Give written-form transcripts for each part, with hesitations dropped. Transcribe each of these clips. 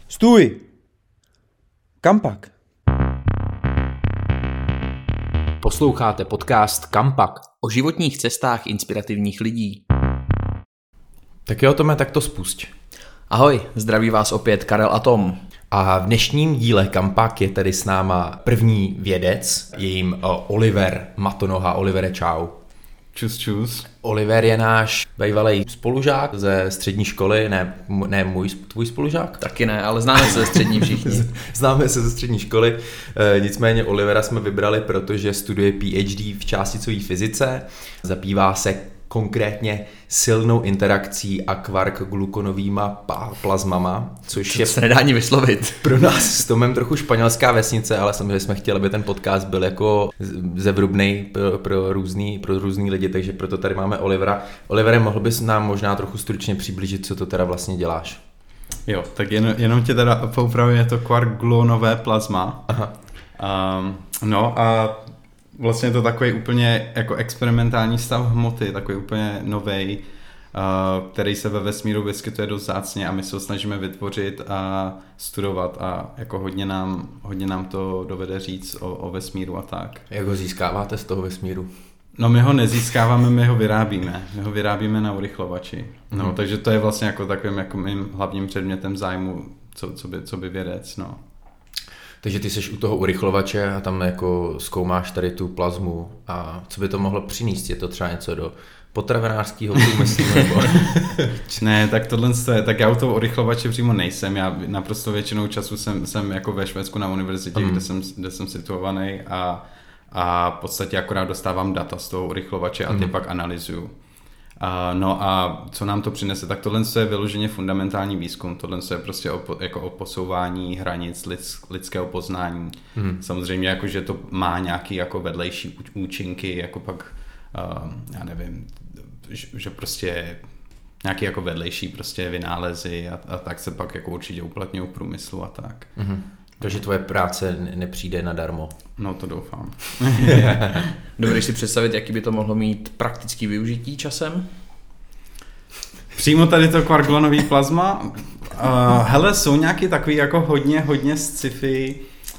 Stůj! Kam pak? Posloucháte podcast Kampak o životních cestách inspirativních lidí. Tak jo, Tome, tak to spusť. Ahoj, zdraví vás opět Karel a Tom. A v dnešním díle Kampak je tady s náma první vědec, je jim Oliver Matonoha. Olivere, čau. Čus, čus. Oliver je náš bývalý spolužák ze střední školy, ne tvůj spolužák? Taky ne, ale známe se ze střední všichni. Známe se ze střední školy, nicméně Olivera jsme vybrali, protože studuje PhD v částicové fyzice, zabývá se konkrétně silnou interakcí a kvark-glukonovýma plazmama, což se nedá ani vyslovit. Pro nás s Tomem trochu španělská vesnice, ale samozřejmě jsme chtěli, aby ten podcast byl jako zevrubnej pro různý lidi, takže proto tady máme Olivera. Olivere, mohl bys nám možná trochu stručně přiblížit, co to teda vlastně děláš? Jo, tak jenom tě teda poupravím, je to kvark-gluonové plazma. Aha. No a vlastně je to takový úplně jako experimentální stav hmoty, takový úplně novej, který se ve vesmíru vyskytuje dost vzácně a my se ho snažíme vytvořit a studovat a jako hodně nám to dovede říct o vesmíru a tak. Jak ho získáváte z toho vesmíru? No my ho nezískáváme, my ho vyrábíme. My ho vyrábíme na urychlovači. No, takže to je vlastně jako takovým jako mým hlavním předmětem zájmu, co by vědec, no. Takže ty seš u toho urychlovače a tam jako zkoumáš tady tu plazmu a co by to mohlo přinést? Je to třeba něco do potravinářského průmyslu nebo... Ne, tak tohle je, tak já u toho urychlovače přímo nejsem, já naprosto většinou času jsem jako ve Švédsku na univerzitě, kde jsem situovaný a v podstatě akorát dostávám data z toho urychlovače a ty pak analyzuju. No a co nám to přinese, tak tohle je vyloženě fundamentální výzkum, tohle je prostě o posouvání hranic lidského poznání. Samozřejmě jako, že to má nějaký jako vedlejší účinky, jako pak, já nevím, že prostě nějaký jako vedlejší prostě vynálezy a tak se pak jako určitě uplatňují v průmyslu a tak. Takže tvoje práce nepřijde nadarmo. No to doufám. Dovedeš si představit, jaký by to mohlo mít praktický využití časem? Přímo tady to kvark-gluonový plazma. Hele, jsou nějaký takový jako hodně sci-fi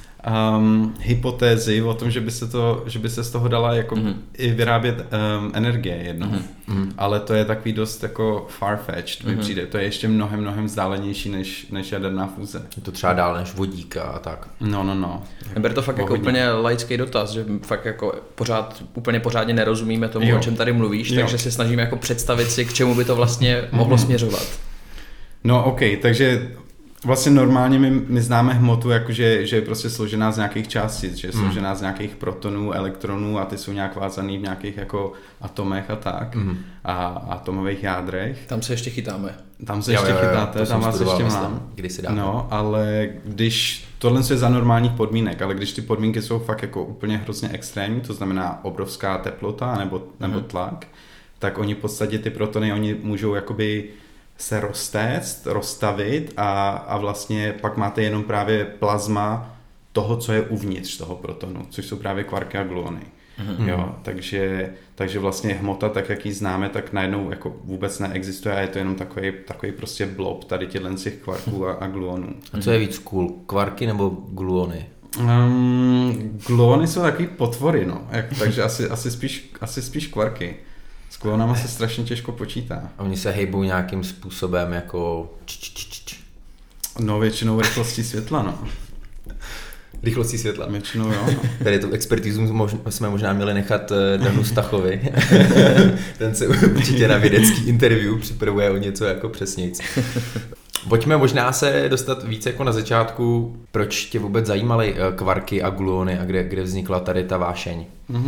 hypotézy o tom, že by se z toho dala jako i vyrábět energie jednou. Ale to je takový dost jako far-fetched, mi přijde. To je ještě mnohem vzdálenější než jaderná fúze. Je to třeba dál než vodík a tak. No. Neber to fakt jako úplně laický dotaz, že fakt jako úplně pořádně nerozumíme tomu, o čem tady mluvíš, takže se snažíme jako představit si, k čemu by to vlastně mohlo směřovat. No ok, takže vlastně normálně my známe hmotu, jakože, že je prostě složená z nějakých částic, že je složená z nějakých protonů, elektronů a ty jsou nějak vázaný v nějakých jako atomech a tak a atomových jádrech. Tam se ještě chytáme. Tam se ještě chytáte, tam vás ještě mám. No, ale když tohle je za normálních podmínek, ale když ty podmínky jsou fakt jako úplně hrozně extrémní, to znamená obrovská teplota nebo tlak, tak oni v podstatě ty protony, oni můžou jakoby se rozstavit a vlastně pak máte jenom právě plazma toho, co je uvnitř toho protonu, což jsou právě kvarky a gluony. Jo, takže vlastně hmota, tak jak ji známe, tak najednou jako vůbec neexistuje a je to jenom takový prostě blob tady těch kvarků a gluonů. A co je víc cool, kvarky nebo gluony? Gluony jsou takový potvory, no, takže asi spíš kvarky. S gluonama se strašně těžko počítá. A oni se hejbou nějakým způsobem jako... No většinou rychlostí světla, no. Rychlostí světla. Většinou, jo. Tady tu expertizu jsme možná měli nechat Danu Stachovi. Ten se určitě na vědecký interview připravuje o něco jako přesnějc. Pojďme možná se dostat víc jako na začátku, proč tě vůbec zajímaly kvarky a gluony a kde vznikla tady ta vášeň?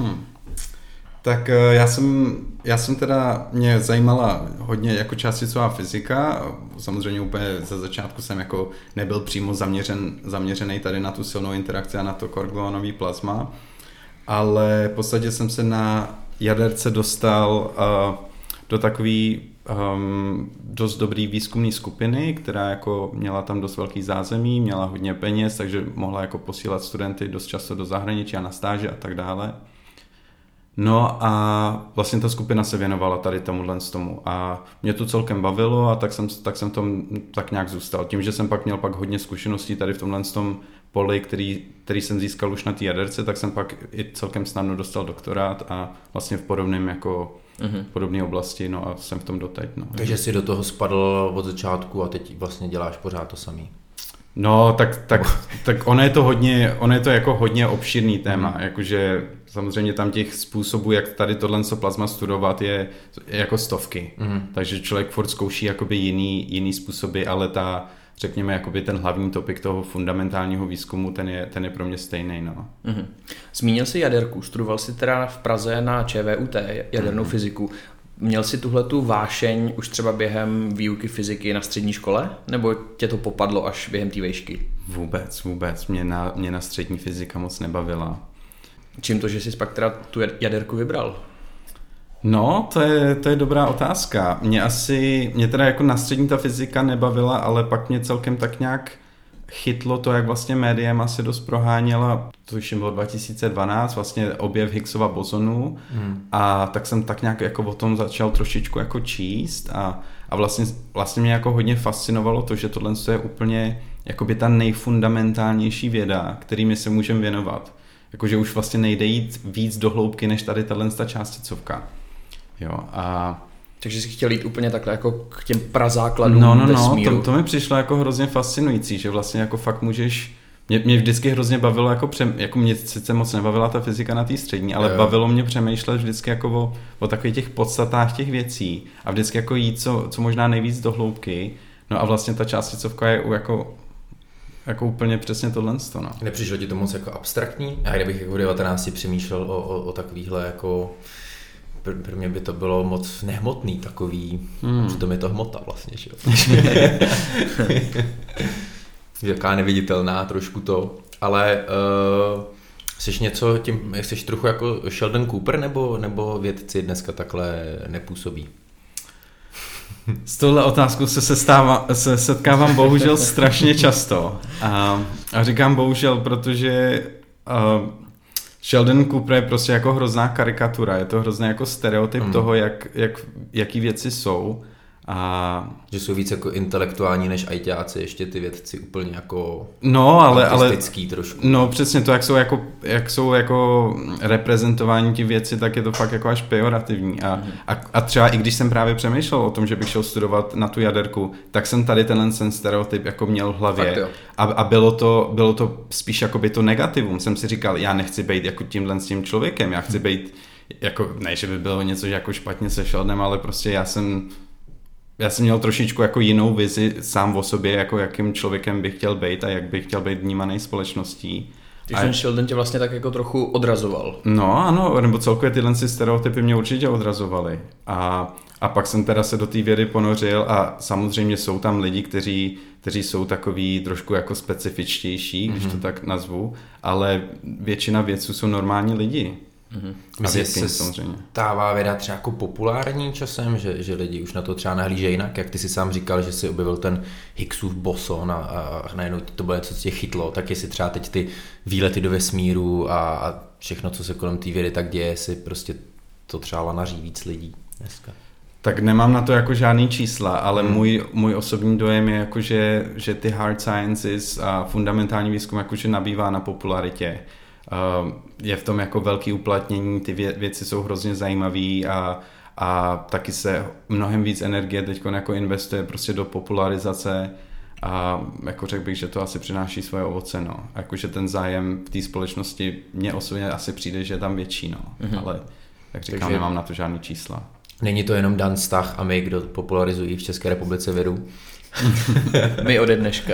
Tak já jsem teda, mě zajímala hodně jako částicová fyzika, samozřejmě úplně ze začátku jsem jako nebyl přímo zaměřený tady na tu silnou interakci a na to kvark-gluonový plazma, ale v podstatě jsem se na jaderce dostal do takový dost dobrý výzkumný skupiny, která jako měla tam dost velký zázemí, měla hodně peněz, takže mohla jako posílat studenty dost často do zahraničí a na stáže a tak dále. No a vlastně ta skupina se věnovala tady tomu a mě to celkem bavilo a tak jsem tom tak nějak zůstal. Tím, že jsem pak měl hodně zkušeností tady v tomhle poli, který jsem získal už na té jaderce, tak jsem pak i celkem snadno dostal doktorát a vlastně v podobné oblasti, no a jsem v tom doteď. No. Takže jsi do toho spadl od začátku a teď vlastně děláš pořád to samý. No, tak ono je to jako hodně obširný téma, jakože samozřejmě tam těch způsobů, jak tady tohle plazma studovat je jako stovky, takže člověk furt zkouší jakoby jiný způsoby, ale řekněme, jakoby ten hlavní topik toho fundamentálního výzkumu, ten je pro mě stejný. No. Zmínil jsi jaderku, studoval jsi teda v Praze na ČVUT, jadernou fyziku. Měl jsi tuhletu vášeň už třeba během výuky fyziky na střední škole? Nebo tě to popadlo až během té vejšky? Vůbec. Mě na střední fyzika moc nebavila. Čím to, že jsi pak teda tu jaderku vybral? No, to je dobrá otázka. Mě teda jako na střední ta fyzika nebavila, ale pak mě celkem tak nějak chytlo to, jak vlastně médiem asi dost proháněla, to už bylo 2012, vlastně objev Higgsova bosonu a tak jsem tak nějak jako o tom začal trošičku jako číst a vlastně mě jako hodně fascinovalo to, že tohle je úplně jakoby ta nejfundamentálnější věda, kterými se můžeme věnovat. Jakože už vlastně nejde jít víc do hloubky, než tady ta částicovka. Jo, a takže jsi chtěl jít úplně takhle jako k těm prazákladům vesmíru. No, to mi přišlo jako hrozně fascinující, že vlastně jako fakt můžeš, mě vždycky hrozně bavilo, jako mě sice moc nebavila ta fyzika na té střední, ale bavilo mě přemýšlet vždycky jako o takových těch podstatách těch věcí a vždycky jako jít co možná nejvíc do hloubky. No a vlastně ta částicovka je jako úplně přesně tohle. No. Nepřišlo ti to moc jako abstraktní? Já kdybych jako v 19 přemýšlel o takovýchhle jako... Pro mě by to bylo moc nehmotný takový, přitom je to hmota vlastně, že jo. Jaká neviditelná trošku to, ale jsi něco tím, jsi trochu jako Sheldon Cooper, nebo vědci dneska takhle nepůsobí? S touhle otázkou se setkávám bohužel strašně často a říkám bohužel, protože Sheldon Cooper je prostě jako hrozná karikatura, je to hrozný jako stereotyp toho, jaký věci jsou. A že jsou víc jako intelektuální než ajťáci, ještě ty vědci úplně jako artistický trošku. No přesně to, jak jsou jako reprezentování ti věci, tak je to fakt jako až pejorativní. A třeba i když jsem právě přemýšlel o tom, že bych šel studovat na tu jaderku, tak jsem tady ten stereotyp jako měl v hlavě. A bylo to spíš jako by to negativum. Jsem si říkal, já nechci být jako tímhle s tím člověkem, já chci být jako, ne, že by bylo něco jako špatně se Sheldonem, ale prostě já jsem měl trošičku jako jinou vizi sám o sobě, jako jakým člověkem bych chtěl být a jak bych chtěl být vnímaný společností. Takže ten Sheldon tě vlastně tak jako trochu odrazoval. No ano, nebo celkově tyhle stereotypy mě určitě odrazovaly. A pak jsem teda se do té vědy ponořil a samozřejmě jsou tam lidi, kteří jsou takový trošku jako specifičtější, když to tak nazvu, ale většina vědců jsou normální lidi. Myslím, se stává věda třeba jako populární časem, že lidi už na to třeba nahlížejí jinak, jak ty si sám říkal, že si objevil ten Higgsův boson a najednou to bylo něco, co tě chytlo, tak jestli třeba teď ty výlety do vesmíru a všechno, co se kolem té vědy tak děje, si prostě to třeba lanaří víc lidí dneska. Tak nemám na to jako žádný čísla, ale můj osobní dojem je jako, že ty hard sciences a fundamentální výzkum jakože nabývá na popularitě. Je v tom jako velký uplatnění, ty věci jsou hrozně zajímavý a taky se mnohem víc energie teď jako investuje prostě do popularizace a jako řekl bych, že to asi přináší svoje ovoce, no. Jakože ten zájem v té společnosti mně osobně asi přijde, že je tam větší, no. Ale jak říkám, takže nemám na to žádný čísla. Není to jenom Dan Stach a my, kdo popularizují v České republice vědu? My ode dneška.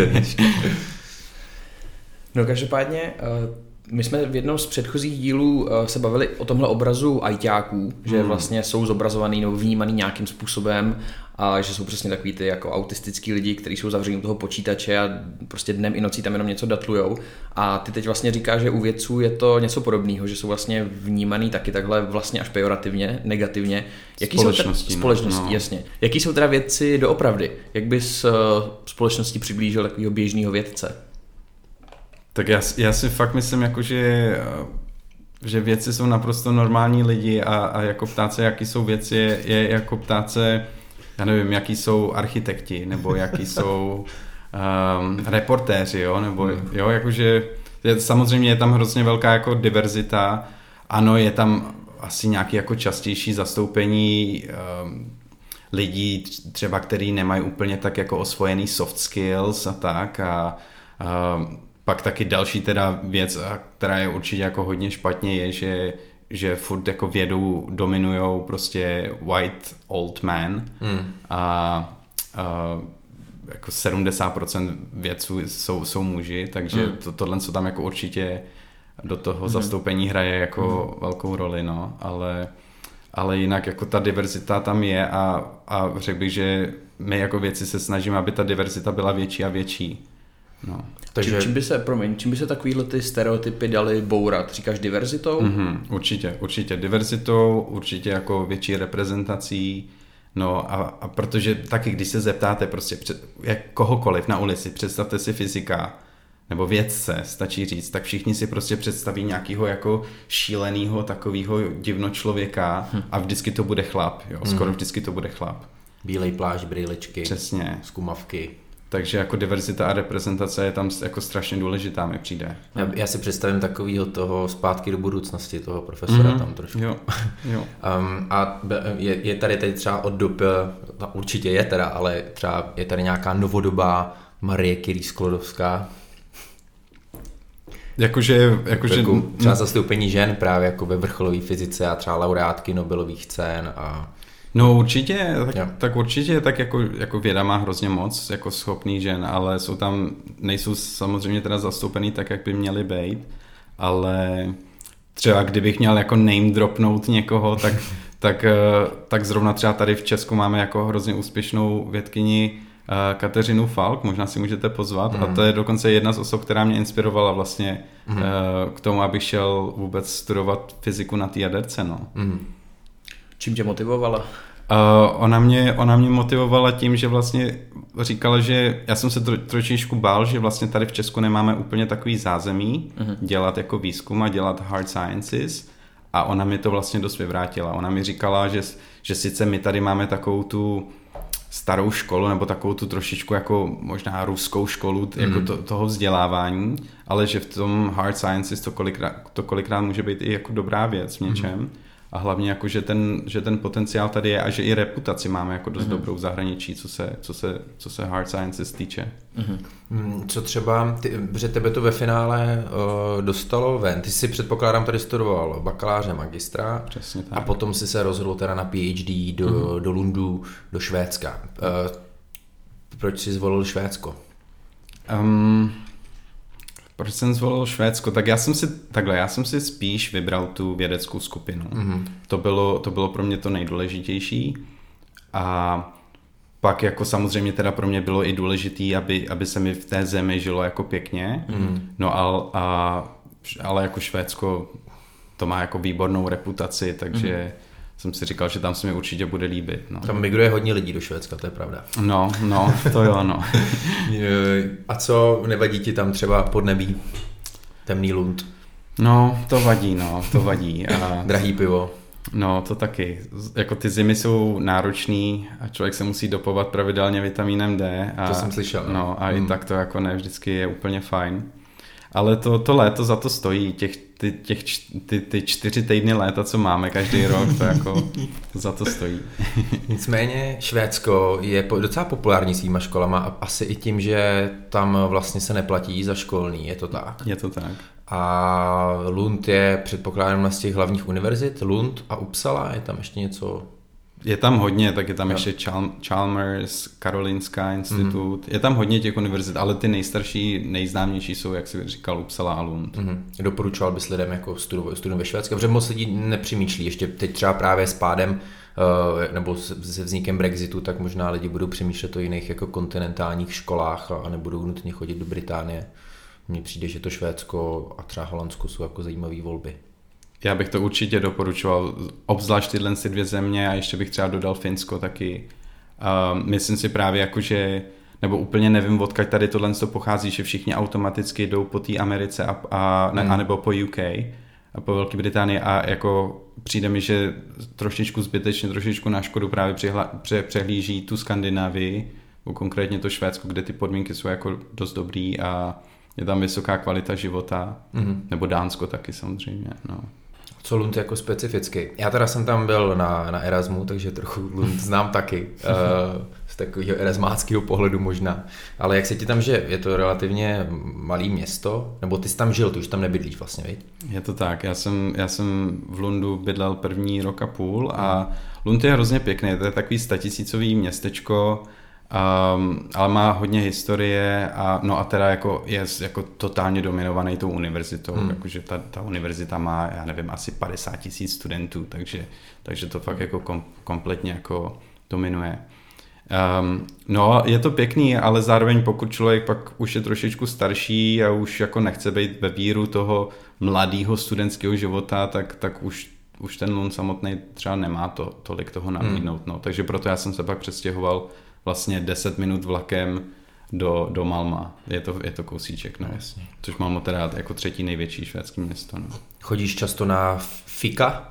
No každopádně, my jsme v jednom z předchozích dílů se bavili o tomhle obrazu ajťáků, že vlastně jsou zobrazovaný nebo vnímaný nějakým způsobem a že jsou přesně takový ty jako autistický lidi, kteří jsou zavření u toho počítače a prostě dnem i nocí tam jenom něco datlujou. A ty teď vlastně říkáš, že u vědců je to něco podobného, že jsou vlastně vnímaný taky takhle vlastně až pejorativně, negativně. Společností, jasně. Jaký jsou teda vědci doopravdy? Jak bys společnosti přiblížil takového běžného vědce? Tak já si fakt myslím, jako, že že věci jsou naprosto normální lidi a jako ptát se, jaký jsou věci, je jako ptát se, já nevím, jaký jsou architekti, nebo jaký jsou reportéři, jo, nebo jo, jakože samozřejmě je tam hrozně velká jako diverzita, ano, je tam asi nějaké jako častější zastoupení lidí třeba, který nemají úplně tak jako osvojený soft skills a tak a pak taky další teda věc, která je určitě jako hodně špatně, je, že furt jako vědou dominujou prostě white old man a jako 70% vědců jsou muži, takže tohle co tam jako určitě do toho zastoupení hraje jako velkou roli, no, ale jinak jako ta diverzita tam je a řekl bych, že my jako vědci se snažíme, aby ta diverzita byla větší a větší. No. Takže... Čím by se takovýhle ty stereotypy daly bourat? Říkáš diverzitou? Určitě diverzitou, určitě jako větší reprezentací, no a protože taky, když se zeptáte prostě kohokoliv na ulici, představte si fyzika nebo vědce, stačí říct, tak všichni si prostě představí nějakého jako šílenýho takového divnočlověka a vždycky to bude chlap, jo, skoro vždycky to bude chlap. Bílej plášť, brýličky, přesně, zkumavky. Takže jako diverzita a reprezentace je tam jako strašně důležitá, mi přijde. Já si představím takovýho toho Zpátky do budoucnosti, toho profesora tam trošku. Jo. A je tady třeba od dob, určitě je teda, ale třeba je tady nějaká novodobá Marie Curie Sklodovská. Jakože třeba zastoupení žen právě jako ve vrcholové fyzice a třeba laureátky Nobelových cen a... No určitě, tak určitě, tak jako věda má hrozně moc jako schopný žen, ale nejsou samozřejmě teda zastoupený tak, jak by měly být, ale třeba kdybych měl jako name dropnout někoho, tak zrovna třeba tady v Česku máme jako hrozně úspěšnou vědkyni Kateřinu Falk, možná si můžete pozvat, a to je dokonce jedna z osob, která mě inspirovala vlastně k tomu, abych šel vůbec studovat fyziku na té jaderce, no. Čím tě motivovala? Ona mě motivovala tím, že vlastně říkala, že já jsem se trošičku bál, že vlastně tady v Česku nemáme úplně takový zázemí dělat jako výzkum a dělat hard sciences, a ona mi to vlastně dost vyvrátila. Ona mi říkala, že sice my tady máme takovou tu starou školu, nebo takovou tu trošičku jako možná ruskou školu jako toho vzdělávání, ale že v tom hard sciences to kolikrát může být i jako dobrá věc v něčem. A hlavně jako, že ten potenciál tady je a že i reputaci máme jako dost dobrou v zahraničí, co se hard sciences týče. Co třeba, že tebe to ve finále dostalo ven. Ty si předpokládám tady studoval bakaláře, magistra. Přesně tak. A potom si se rozhodl teda na PhD do Lundu, do Švédska. Proč jsi zvolil Švédsko? Proč jsem zvolil Švédsko? Tak já jsem si spíš vybral tu vědeckou skupinu. To bylo pro mě to nejdůležitější. A pak jako samozřejmě teda pro mě bylo i důležitý, aby se mi v té zemi žilo jako pěkně. No ale jako Švédsko to má jako výbornou reputaci, takže jsem si říkal, že tam se mi určitě bude líbit. No. Tam migruje hodně lidí do Švédska, to je pravda. No, to jo, no. A co nevadí ti tam třeba podnebí? Temný Lund? No, to vadí. A drahý pivo? No, to taky. Jako ty zimy jsou náročný a člověk se musí dopovat pravidelně vitamínem D. To jsem slyšel. No, a i tak to jako ne vždycky je úplně fajn. Ale to léto za to stojí, ty 4 týdny léta, co máme každý rok, to jako za to stojí. Nicméně Švédsko je docela populární svýma školama a asi i tím, že tam vlastně se neplatí za školní, je to tak? Je to tak. A Lund je předpokládám z těch hlavních univerzit, Lund a Uppsala, je tam ještě něco... Je tam hodně, tak je tam ještě Chalmers, Karolinská institut, je tam hodně těch univerzit, ale ty nejstarší, nejznámější jsou, jak jsi říkal, Uppsala a Lund. Doporučoval bys lidem jako studium ve Švédsku, protože moc lidí nepřemýšlí, ještě teď třeba právě s pádem nebo se vznikem Brexitu, tak možná lidi budou přemýšlet o jiných jako kontinentálních školách a nebudou nutně chodit do Británie. Mně přijde, že to Švédsko a třeba Holandsko jsou jako zajímavé volby. Já bych to určitě doporučoval, obzvlášť tyhle 2 země, a ještě bych třeba dodal Finsko taky. Myslím si právě jako, že, nebo úplně nevím, odkud tady tohle pochází, že všichni automaticky jdou po té Americe a nebo po UK. po Velké Británii a jako přijde mi, že trošičku zbytečně, trošičku na škodu právě přehlíží tu Skandinávii, konkrétně to Švédsko, kde ty podmínky jsou jako dost dobrý a je tam vysoká kvalita života, nebo Dánsko taky samozřejmě, no. Co Lund jako specificky? Já teda jsem tam byl na Erasmu, takže trochu Lund znám taky, z takového erasmáckého pohledu možná. Ale jak se ti tam žije? Je to relativně malý město? Nebo ty jsi tam žil, ty už tam nebydlíš vlastně, viď? Je to tak, já jsem v Lundu bydlel první rok a půl a Lund je hrozně pěkný, to je takový 100 000 městečko, ale má hodně historie a teda jako je jako totálně dominovaný tou univerzitou, jakože ta univerzita má, já nevím, asi 50 000 studentů, takže to fakt jako kompletně jako dominuje. No, je to pěkný, ale zároveň pokud člověk pak už je trošičku starší a už jako nechce být ve víru toho mladého studentského života, tak už ten Lund samotný třeba nemá tolik toho nabídnout. No. Takže proto já jsem se pak přestěhoval vlastně 10 minut vlakem do Malma. Je to kousíček, no. Jasně. Což Malmo teda jako 3. největší švédský město. No. Chodíš často na fika?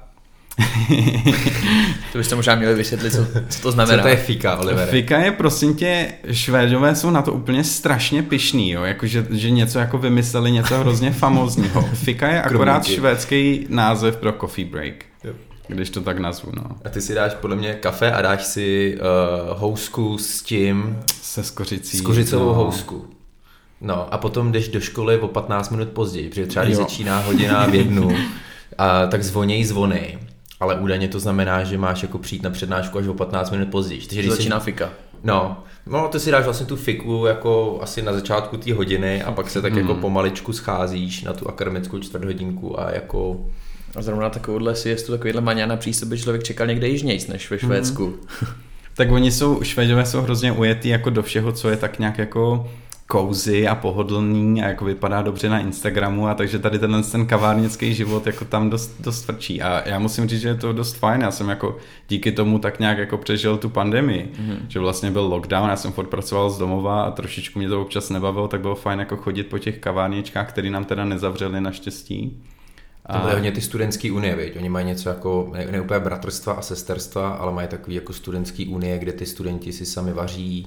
To byste možná měli vysvětlit, co to znamená. Co to je fika, Olivere? Fika je, prosím tě, Švédové jsou na to úplně strašně pyšný, jo? Jako, že něco jako vymysleli, něco hrozně famózního. Fika je akorát švédský název pro coffee break. Jo. Když to tak nazvu, no. A ty si dáš podle mě kafe a dáš si housku s tím... Se skořicí. S kořicovou housku. No a potom jdeš do školy o 15 minut později, protože třeba když začíná hodina v 1, tak zvonějí zvony. Ale údajně to znamená, že máš jako přijít na přednášku až o 15 minut později. Takže když začíná fika. No, ty si dáš vlastně tu fiku jako asi na začátku té hodiny a pak se tak jako pomaličku scházíš na tu akademickou čtvrthodinku a jako... A zrovna na takovouhle siestu, takovýhle maňána přístup by člověk čekal někde jižnějc než ve Švédsku. Tak Švédové jsou hrozně ujetý jako do všeho, co je tak nějak jako cozy a pohodlný a jako vypadá dobře na Instagramu a takže tady ten kavárnický život jako tam dost frčí a já musím říct, že je to dost fajn, já jsem jako díky tomu tak nějak jako přežil tu pandemii, že vlastně byl lockdown, já jsem furt pracoval z domova a trošičku mě to občas nebavilo, tak bylo fajn jako chodit po těch kavárničkách, které nám teda nezavřeli naštěstí. To byly hodně ty studentský unie, viď? Oni mají něco jako, ne úplně bratrstva a sesterstva, ale mají takový jako studentský unie, kde ty studenti si sami vaří,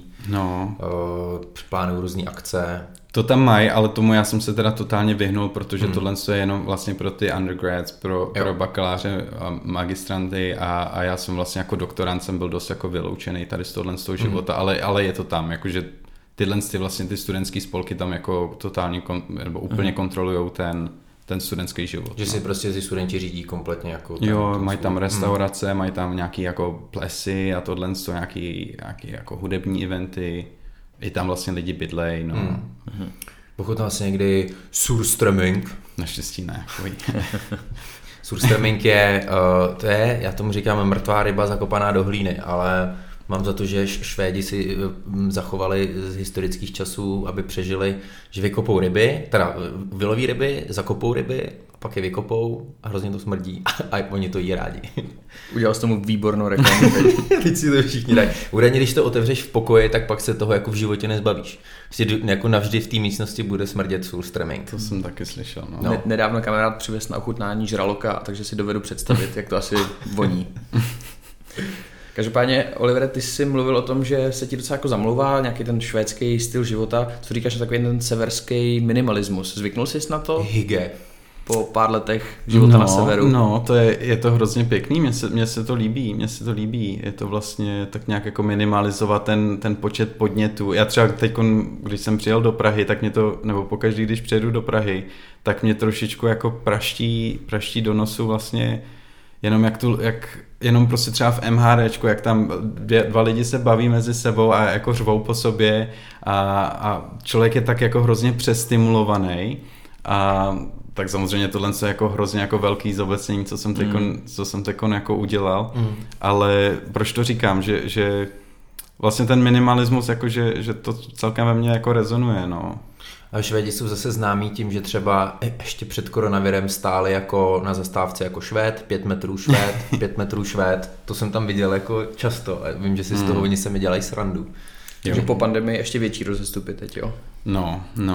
plánují různé akce. To tam mají, ale tomu já jsem se teda totálně vyhnul, protože tohle je jenom vlastně pro ty undergrads, pro bakaláře a magistranty a já jsem vlastně jako doktorant jsem byl dost jako vyloučený tady z tohle z toho života, ale je to tam, jakože vlastně ty studentský spolky tam jako totálně nebo úplně kontrolujou ten studentský život. Že si prostě ty studenti řídí kompletně jako... Jo, mají tam restaurace, mají tam nějaký jako plesy a tohle nějaký jako hudební eventy. I tam vlastně lidi bydlej, no. Pokud tam vlastně někdy surströmming. Naštěstí ne. Surströmming je, já tomu říkám mrtvá ryba zakopaná do hlíny, ale mám za to, že Švédi si zachovali z historických časů, aby přežili, že vykopou ryby, teda vyloví ryby, zakopou ryby, a pak je vykopou a hrozně to smrdí a oni to jí rádi. Udělal jsi tomu výbornou reklamu. Teď si to všichni dají. Údajně, když to otevřeš v pokoji, tak pak se toho jako v životě nezbavíš. Jako navždy v té místnosti bude smrdět surströmming. To jsem taky slyšel. No. Nedávno kamarád přivez na ochutnání žraloka, takže si dovedu představit, jak to asi voní. Každopádně, Olivere, ty jsi mluvil o tom, že se ti docela jako zamlouvá nějaký ten švédský styl života. Co říkáš na takový ten severský minimalismus? Zvyknul jsi na to? Hygge. Po pár letech života na severu. No, je to hrozně pěkný, mně se to líbí. Je to vlastně tak nějak jako minimalizovat ten počet podnětů. Já třeba teď, když jsem přijel do Prahy, tak mě to, nebo pokaždý, když přijedu do Prahy, tak mě trošičku jako praští do nosu vlastně jenom prostě třeba v MHDčku, jak tam dva lidi se baví mezi sebou a jako řvou po sobě a člověk je tak jako hrozně přestimulovaný a tak samozřejmě tohle je jako hrozně jako velký zobecnění, co jsem teďkon jako udělal, ale proč to říkám, že vlastně ten minimalismus, jako že to celkem ve mně jako rezonuje, no. A Švédi jsou zase známí tím, že třeba ještě před koronavirem stáli jako na zastávce jako Švéd, 5 metrů Švéd, 5 metrů Švéd. To jsem tam viděl jako často a vím, že si z toho oni se mi dělají srandu. Takže po pandemii ještě větší rozestupy teď, jo? No.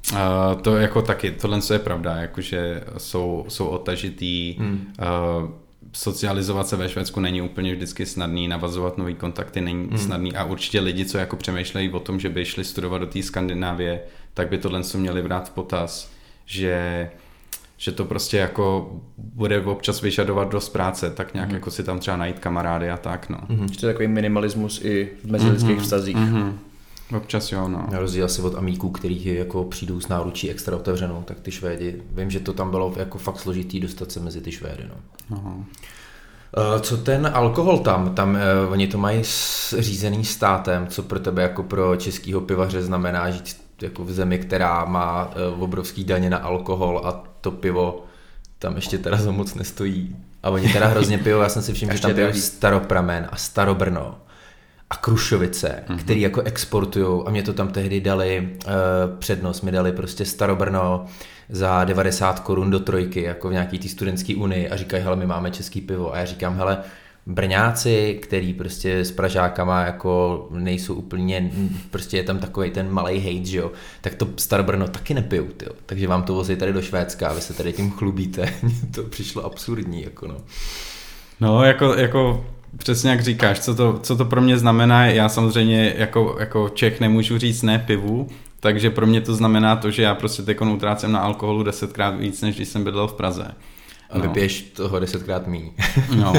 To jako taky, tohle je pravda, jakože jsou odtažitý, socializovat se ve Švédsku není úplně vždycky snadný, navazovat nový kontakty není snadný a určitě lidi, co jako přemýšlejí o tom, že by šli studovat do té Skandinávie, tak by tohle měli brát v potaz, že to prostě jako bude občas vyžadovat dost práce, tak nějak jako si tam třeba najít kamarády a tak, no. Že to je takový minimalismus i v mezilidských vztazích. Občas jo, no. Na rozdíl asi od amíků, který jako přijdou s náručí extra otevřenou, tak ty Švédi, vím, že to tam bylo jako fakt složitý dostat se mezi ty Švédy, no. Co ten alkohol tam oni to mají řízený státem, co pro tebe jako pro českýho pivaře znamená žít jako v zemi, která má obrovský daně na alkohol a to pivo tam ještě teda za moc nestojí. A oni teda hrozně pijou, já jsem si všiml, že tam pijou Staropramen a Starobrno a Krušovice, který jako exportujou a mě to tam tehdy dali přednost, mi dali prostě Starobrno za 90 korun do trojky, jako v nějaký tý studentský unii a říkají, hele, my máme český pivo a já říkám, hele, Brňáci, který prostě s Pražákama jako nejsou úplně, prostě je tam takový ten malej hejt, že jo, tak to Starobrno taky nepijou, tyjo. Takže vám to vozí tady do Švédska a vy se tady tím chlubíte, to přišlo absurdní, jako no. No, jako přesně jak říkáš, co to pro mě znamená, já samozřejmě jako Čech nemůžu říct ne pivu, takže pro mě to znamená to, že já prostě teď utrácím na alkoholu 10krát víc, než když jsem bydlel v Praze. A vypiješ toho 10krát míň. No.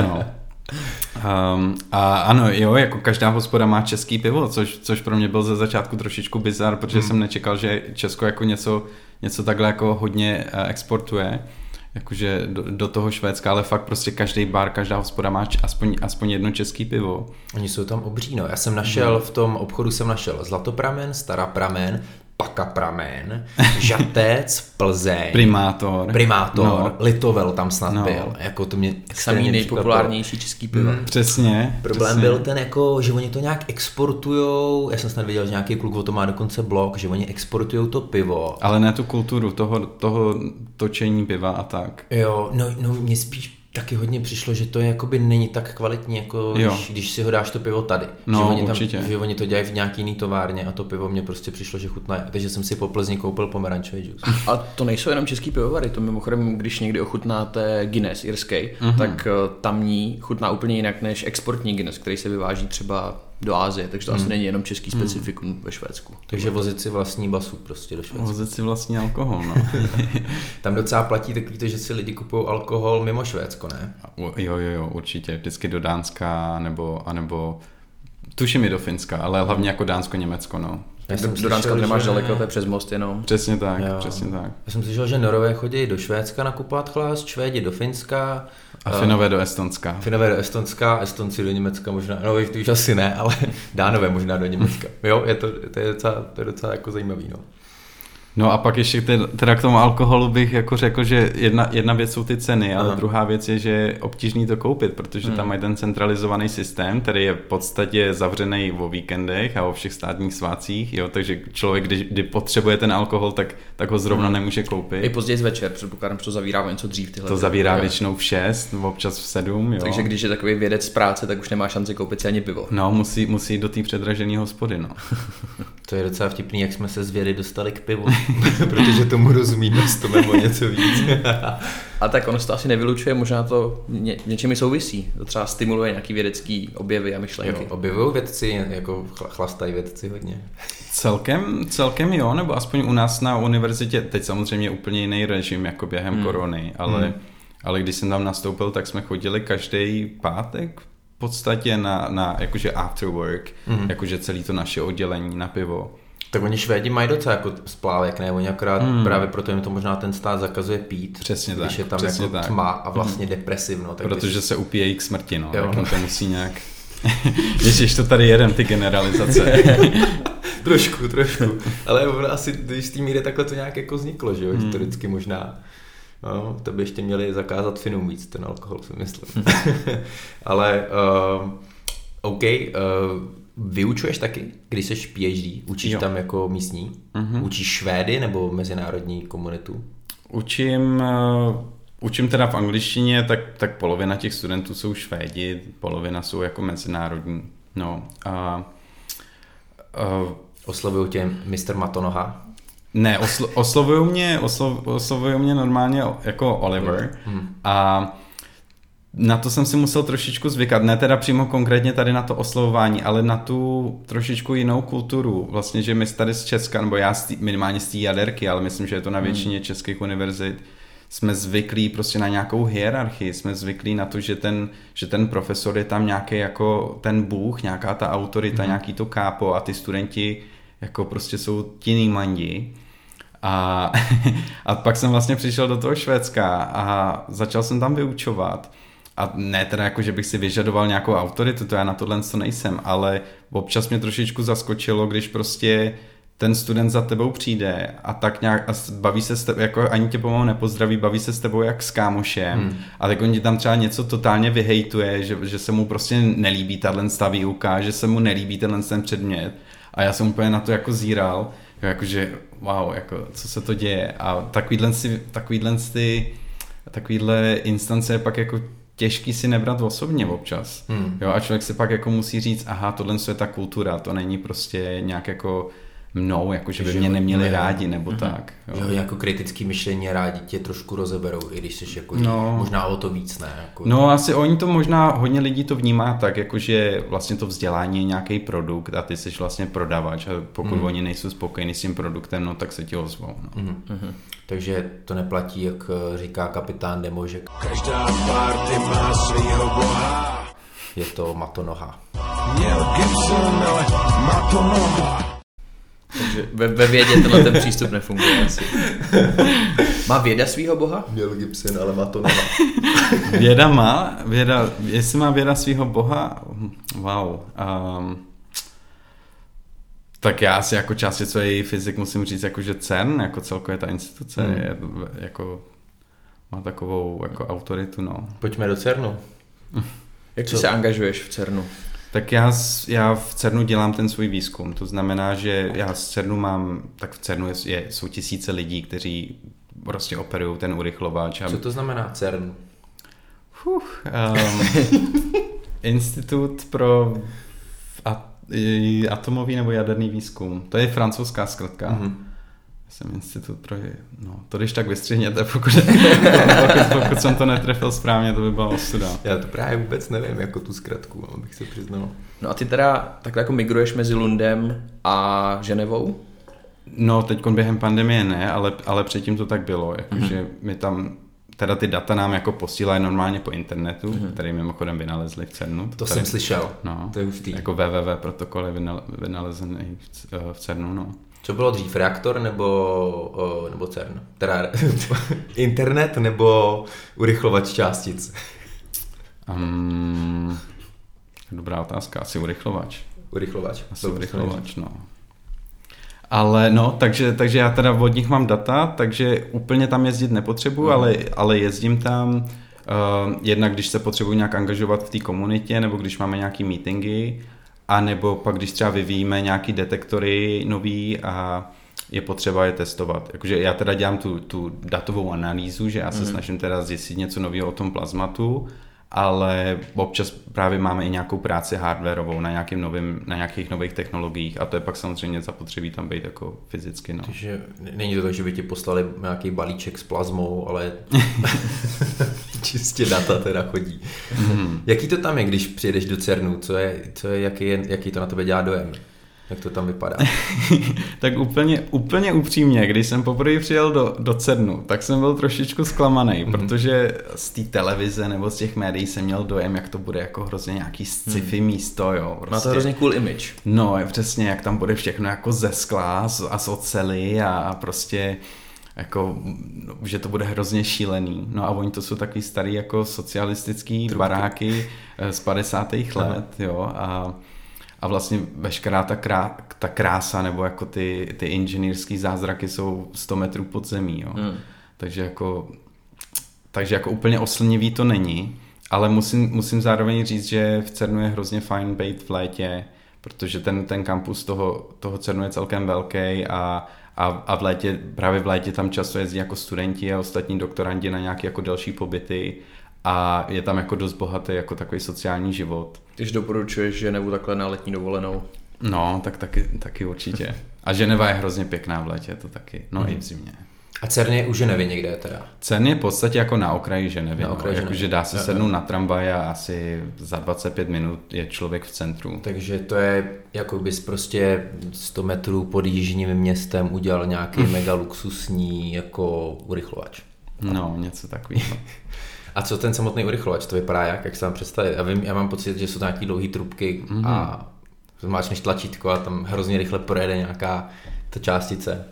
A ano, jo, jako každá hospoda má český pivo, což pro mě byl ze začátku trošičku bizar, protože jsem nečekal, že Česko jako něco takhle jako hodně exportuje, jakože do toho Švédska, ale fakt prostě každý bar, každá hospoda má aspoň jedno český pivo. Oni jsou tam obří, no. Já jsem našel v tom obchodu Zlatopramen, Starapramen, Pakapramen, Žatec, Plzeň, Primátor, no. Litovel tam snad byl. Jako to mě samý nejpopulárnější český pivo. Přesně. Problém byl ten, jako, že oni to nějak exportujou, já jsem snad viděl, že nějaký kluk o to má dokonce blog, že oni exportujou to pivo. Ale ne tu kulturu toho točení piva a tak. Jo, no mě spíš taky hodně přišlo, že to jakoby není tak kvalitní, jako když si ho dáš to pivo tady. No, že oni určitě. Že oni to dělají v nějaký jiný továrně a to pivo mě prostě přišlo, že chutná. Takže jsem si po Plzni koupil pomerančový džus. A to nejsou jenom český pivovary, to mimochodem, když někdy ochutnáte Guinness irský, tak tamní chutná úplně jinak než exportní Guinness, který se vyváží třeba do Asie, takže to asi není jenom český specifikum ve Švédsku. Takže vozit si vlastní basu prostě do Švédska. Vozit si vlastní alkohol, no. Tam docela platí takový to, že si lidi kupují alkohol mimo Švédsko, ne? Jo, určitě. Vždycky do Dánska, anebo tuším i do Finska, ale hlavně jako Dánsko, Německo, no. Do Dánska nemáš daleko, to je přes most jenom. Přesně tak. Já jsem slyšel, že Norové chodí do Švédska nakupovat chlast, Švédi do Finska. A Finové do Estonska. Estonci do Německa možná, no víš asi ne, ale Dánové možná do Německa. Jo, to je docela jako zajímavý, no. No a pak ještě teda k tomu alkoholu bych jako řekl, že jedna věc jsou ty ceny, ale druhá věc je, že je obtížný to koupit, protože tam mají ten centralizovaný systém, který je v podstatě zavřený o víkendech a o všech státních svátcích, jo, takže člověk, kdy potřebuje ten alkohol, tak ho zrovna nemůže koupit. I později večer, předpokládám, že to zavírá něco dřív. To zavírá většinou v 6, občas v 7, jo. Takže když je takový vědec z práce, tak už nemá šanci koupit si ani pivo. No, musí do té předražené hospody, no. To je docela vtipný, jak jsme se z vědy dostali k pivu, protože tomu rozumíme s tom nebo něco víc. A tak ono se to asi nevylučuje, možná to něčemi souvisí. To třeba stimuluje nějaký vědecký objevy a myšlenky. Jo, objevují vědci, jako chlastají vědci hodně. Celkem jo, nebo aspoň u nás na univerzitě, teď samozřejmě úplně jiný režim jako během korony, ale když jsem tam nastoupil, tak jsme chodili každý pátek v podstatě na jakože after work, jakože celý to naše oddělení na pivo. Tak oni Švédi mají docela jako splávek, ne? Oni akorát právě proto jim to možná ten stát zakazuje pít. Přesně když tak, je tam jako tak. tma a vlastně depresivno. Tak protože se upíjejí k smrti, no. Jo. Tak to musí nějak... Ježiš, to tady jedem, ty generalizace. trošku. Ale asi do jistý míry takhle to nějak jako vzniklo, že jo? Historicky možná. No, to by ještě měli zakázat Finům víc, ten alkohol, si myslím. Ale OK, vyučuješ taky, když jsi PhD? Učíš tam jako místní? Učíš Švédy nebo mezinárodní komunitu? Učím teda v angličtině, tak polovina těch studentů jsou Švédi, polovina jsou jako mezinárodní. No a oslavují tě Mr. Matonoha? Ne, oslovují mě normálně jako Oliver a na to jsem si musel trošičku zvykat, ne teda přímo konkrétně tady na to oslovování, ale na tu trošičku jinou kulturu. Vlastně, že my tady z Česka, nebo já minimálně z té jaderky, ale myslím, že je to na většině českých univerzit, jsme zvyklí prostě na nějakou hierarchii, jsme zvyklí na to, že ten profesor je tam nějaký jako ten bůh, nějaká ta autorita, nějaký to kápo a ty studenti jako prostě jsou ti nejmandí. A pak jsem vlastně přišel do toho Švédska a začal jsem tam vyučovat. A ne teda jako, že bych si vyžadoval nějakou autoritu, to já na tohle nejsem, ale občas mě trošičku zaskočilo, když prostě ten student za tebou přijde a tak nějak a baví se s tebou, jako ani tě pomalu nepozdraví, baví se s tebou jak s kámošem a tak on ti tam třeba něco totálně vyhejtuje, že se mu prostě nelíbí tato výuka, že se mu nelíbí ten předmět a já jsem úplně na to jako zíral, jakože wow, jako co se to děje a takovýhle instance je pak jako těžký si nebrat osobně občas. Jo, a člověk si pak jako musí říct, aha, tohle je ta kultura, to není prostě nějak jako mnou, jako že by mě neměli rádi, nebo tak. Jo, jako kritický myšlení rádi tě trošku rozeberou, i když jsi jako možná o to víc, ne? Jako... No asi oni to možná, hodně lidí to vnímá tak, jakože vlastně to vzdělání je nějaký produkt a ty jsi vlastně prodavač a pokud oni nejsou spokojení s tím produktem, no tak se ti ozvou. No. Takže to neplatí, jak říká kapitán Nemo, že každá party má svýho boha. Je to Matonoha. Měl Gibson, ale Matonoha. Takže ve vědě ten přístup nefunguje asi. Má věda svýho boha? Měl Gibson, ale Matonoha. Jestli má věda svýho boha, wow. Tak já asi jako částicový fyzik musím říct, jako, že CERN, jako celkově ta instituce, je, jako, má takovou jako autoritu. No. Pojďme do CERNu. Jak ty se angažuješ v CERNu? Tak já v CERNu dělám ten svůj výzkum, to znamená, že já z CERNu mám, tak v CERNu jsou tisíce lidí, kteří prostě operují ten urychlovač. Co to znamená CERN? Institut pro atomový nebo jaderný výzkum. To je francouzská zkratka. Jsem institut pro... No, to když tak vystřihněte, pokud jsem to netrefil správně, to by byla ostuda. Já to právě vůbec nevím, jako tu zkratku, abych se přiznal. No a ty teda takhle jako migruješ mezi Lundem a Ženevou? No, teď během pandemie ne, ale předtím to tak bylo, jakože my tam... Teda ty data nám jako posílají normálně po internetu, který mimochodem vynalezli v CERNu. To jsem slyšel, no, to je hustý. Jako www protokol je vynalezený v CERNu, no. Co bylo dřív, reaktor nebo CERN? Teda internet nebo urychlovač částic? Dobrá otázka, asi urychlovač. Urychlovač, no. Ale no, takže já teda od nich mám data, takže úplně tam jezdit nepotřebuji, ale jezdím tam jednak, když se potřebuji nějak angažovat v té komunitě, nebo když máme nějaký meetingy, a nebo pak, když třeba vyvíjíme nějaký detektory nový a je potřeba je testovat. Jakože já teda dělám tu datovou analýzu, že já se snažím teda zjistit něco nového o tom plazmatu, ale občas právě máme i nějakou práci hardwareovou na nějakých nových technologiích a to je pak samozřejmě zapotřebí tam být jako fyzicky. No. Takže není to tak, že by ti poslali nějaký balíček s plazmou, ale čistě data teda chodí. Jaký to tam je, když přijedeš do CERNu? Jaký to na tebe dělá dojem? Jak to tam vypadá? Tak úplně upřímně, když jsem poprvé přijel do CERNu, tak jsem byl trošičku zklamaný, protože z té televize nebo z těch médií jsem měl dojem, jak to bude jako hrozně nějaký sci-fi místo, jo. Prostě. Má to hrozně cool image. No, je přesně, jak tam bude všechno jako ze skla a z oceli a prostě jako, že to bude hrozně šílený. No a oni to jsou takový starý jako socialistický baráky z 50. let, jo, a vlastně veškerá ta krása nebo jako ty inženýrský zázraky jsou 100 metrů pod zemí, jo. Takže jako úplně oslnivý to není, ale musím zároveň říct, že v CERNu je hrozně fajn být v létě, protože ten kampus toho CERNu je celkem velký a právě v létě tam často jezdí jako studenti a ostatní doktorandi na nějaké jako další pobyty a je tam jako dost bohatý jako takový sociální život. Když doporučuješ Ženevu takhle na letní dovolenou? No, tak taky určitě. A Ženeva je hrozně pěkná v létě, to taky, no i v zimě. A CERN je u Ženevy někde teda? CERN je v podstatě jako na okraji Ženevy, Ženevy. Dá se sednout na tramvaj a asi za 25 minut je člověk v centru. Takže to je, jako bys prostě 100 metrů pod jižním městem udělal nějaký mega luxusní jako urychlovač. No, něco takového. A co ten samotný urychlovač, to vypadá jak se vám představit? Já mám pocit, že jsou to nějaký dlouhý trubky a zmáčneš tlačítko a tam hrozně rychle projede nějaká ta částice.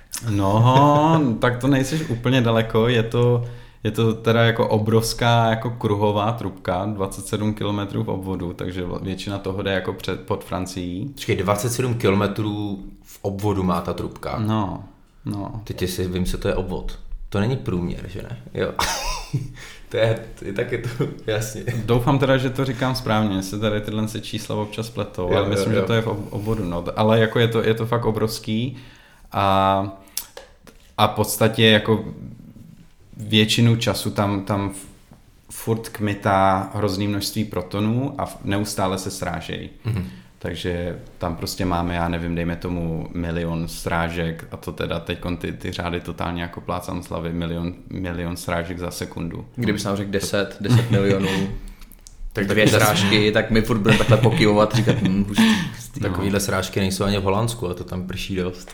No, tak to nejseš úplně daleko, je to teda jako obrovská jako kruhová trubka, 27 km v obvodu, takže většina toho jde jako pod Francií. Počkej, 27 km v obvodu má ta trubka. No. Teď si vím, co to je obvod. To není průměr, že ne? Jo. Tak je to jasně. Doufám teda, že to říkám správně, se tady tyhle čísla občas pletou, ale myslím, že to je v obvodu. No. Ale jako je to fakt obrovský a v podstatě jako většinu času tam furt kmitá hrozný množství protonů a neustále se srážejí. Mm-hmm. Takže tam prostě máme, já nevím, dejme tomu 1 000 000 srážek a to teda teď ty řády totálně jako plácám z hlavy, 1 000 000 srážek za sekundu. Kdybys nám řekl 10 milionů, tak 2 srážky, tak my furt budeme takhle pokyvovat, říkat hustý. Takovýhle srážky nejsou ani v Holandsku a to tam prší dost.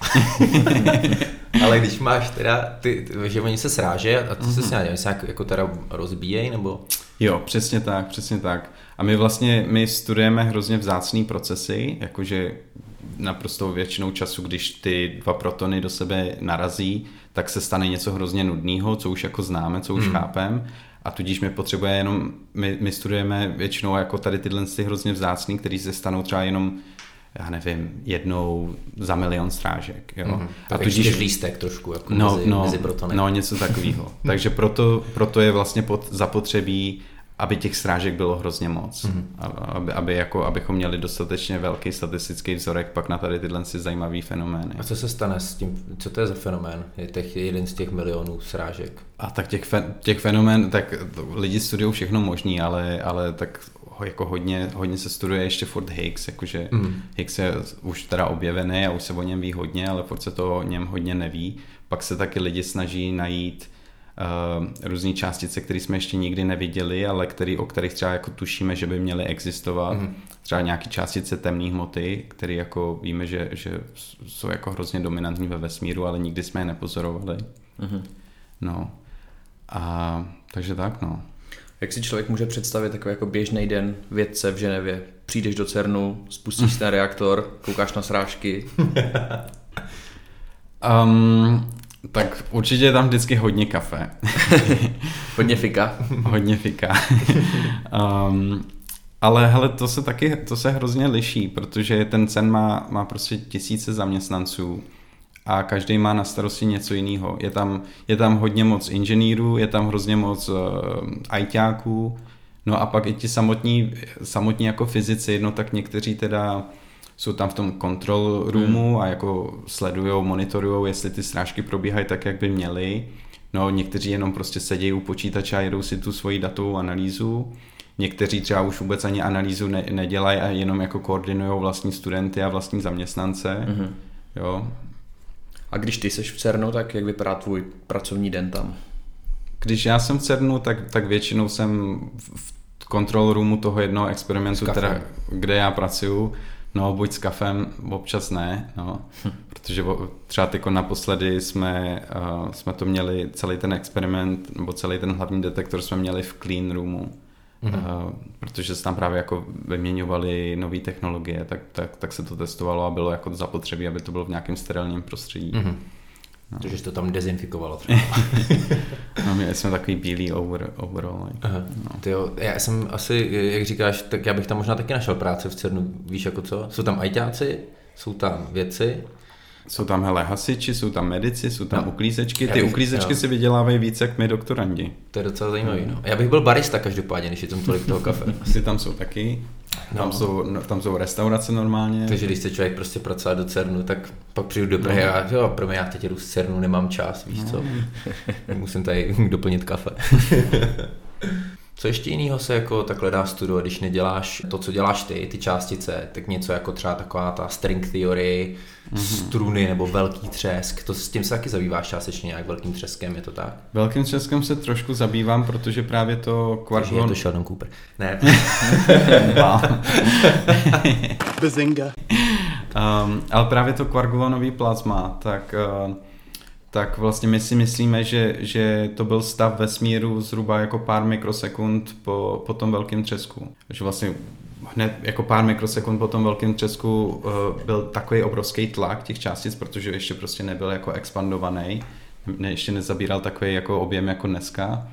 Ale když máš teda, že oni se sráže a co se s ním, se jako teda rozbíjejí nebo? Jo, přesně tak. A my studujeme hrozně vzácný procesy, jakože naprosto většinou času, když ty 2 protony do sebe narazí, tak se stane něco hrozně nudného, co už jako známe, co už chápeme. A tudíž my studujeme většinou jako tady tyhle hrozně vzácný, který se stanou třeba jenom, já nevím, 1 za 1 000 000 srážek. Jo? A tudíž lístek trošku, jako mezi protony. No, něco takového. Takže proto je vlastně zapotřebí, aby těch srážek bylo hrozně moc. Abychom měli dostatečně velký statistický vzorek pak na tady tyhle zajímavý fenomény. A co se stane s tím, co to je za fenomén? Je jeden z těch milionů srážek. A tak těch fenomén, tak lidi studují všechno možný, ale tak jako hodně se studuje ještě furt Higgs, jakože Higgs je už teda objevený a už se o něm ví hodně, ale furt se to o něm hodně neví. Pak se taky lidi snaží najít různé částice, které jsme ještě nikdy neviděli, ale o kterých třeba jako tušíme, že by měly existovat. Třeba nějaké částice temné hmoty, které jako víme, že jsou jako hrozně dominantní ve vesmíru, ale nikdy jsme je nepozorovali. No. A takže tak, no. Jak si člověk může představit takový jako běžný den vědce v Ženevě? Přijdeš do CERNu, spustíš ten reaktor, koukáš na srážky. Tak určitě je tam vždycky hodně kafe. Hodně fika. Hodně fika. Ale hele, to se hrozně liší, protože ten CERN má prostě tisíce zaměstnanců a každý má na starosti něco jiného. Je tam hodně moc inženýrů, je tam hrozně moc ajťáků, no a pak i ti samotní jako fyzici, no tak někteří teda jsou tam v tom control roomu a jako sledujou, monitorujou, jestli ty srážky probíhají tak, jak by měly. No, někteří jenom prostě sedějí u počítače a jedou si tu svoji datovou analýzu. Někteří třeba už vůbec ani analýzu nedělají a jenom jako koordinujou vlastní studenty a vlastní zaměstnance. Jo. A když ty seš v CERNu, tak jak vypadá tvůj pracovní den tam? Když já jsem v CERNu, tak většinou jsem v control roomu toho jednoho experimentu, teda, kde já pracuju. No, buď s kafem, občas ne, no, protože třeba tyko naposledy jsme to měli, celý ten experiment, nebo celý ten hlavní detektor jsme měli v clean roomu, protože se tam právě jako vyměňovaly nové technologie, tak se to testovalo a bylo jako zapotřebí, aby to bylo v nějakém sterilním prostředí. No. Takže to tam dezinfikovalo třeba. No, měli jsme takový bílý overall. No. Tyjo, já jsem asi, jak říkáš, tak já bych tam možná taky našel práci v CERNu, víš jako co? Jsou tam ajťáci, jsou tam vědci. Jsou tam hasiči, jsou tam medici, jsou tam uklízečky. Ty uklízečky si vydělávají víc jak my doktorandi. To je docela zajímavý, no. Já bych byl barista každopádně, když je tam tolik toho kafe. Asi tam jsou taky. Tam jsou restaurace normálně. Takže když chce člověk prostě pracovat do CERNu, tak pak přijdu do Prahy a jo, pro mě já teď jdu z CERNu, nemám čas, víš co. Musím tady doplnit kafe. Co ještě jinýho se jako takhle dá studovat, když neděláš to, co děláš ty částice, tak něco jako třeba taková ta string theory, struny nebo velký třesk, to s tím se taky zabýváš částečně nějak velkým třeskem, je to tak? Velkým třeskem se trošku zabývám, protože právě to Takže je to Sheldon Cooper. Ne. Bazinga. Ale právě to kvargulonový plazma, tak vlastně my si myslíme, že to byl stav vesmíru zhruba jako pár mikrosekund po tom velkém třesku. Takže vlastně hned jako pár mikrosekund po tom velkém třesku byl takový obrovský tlak těch částic, protože ještě prostě nebyl jako expandovaný, ještě nezabíral takový jako objem jako dneska.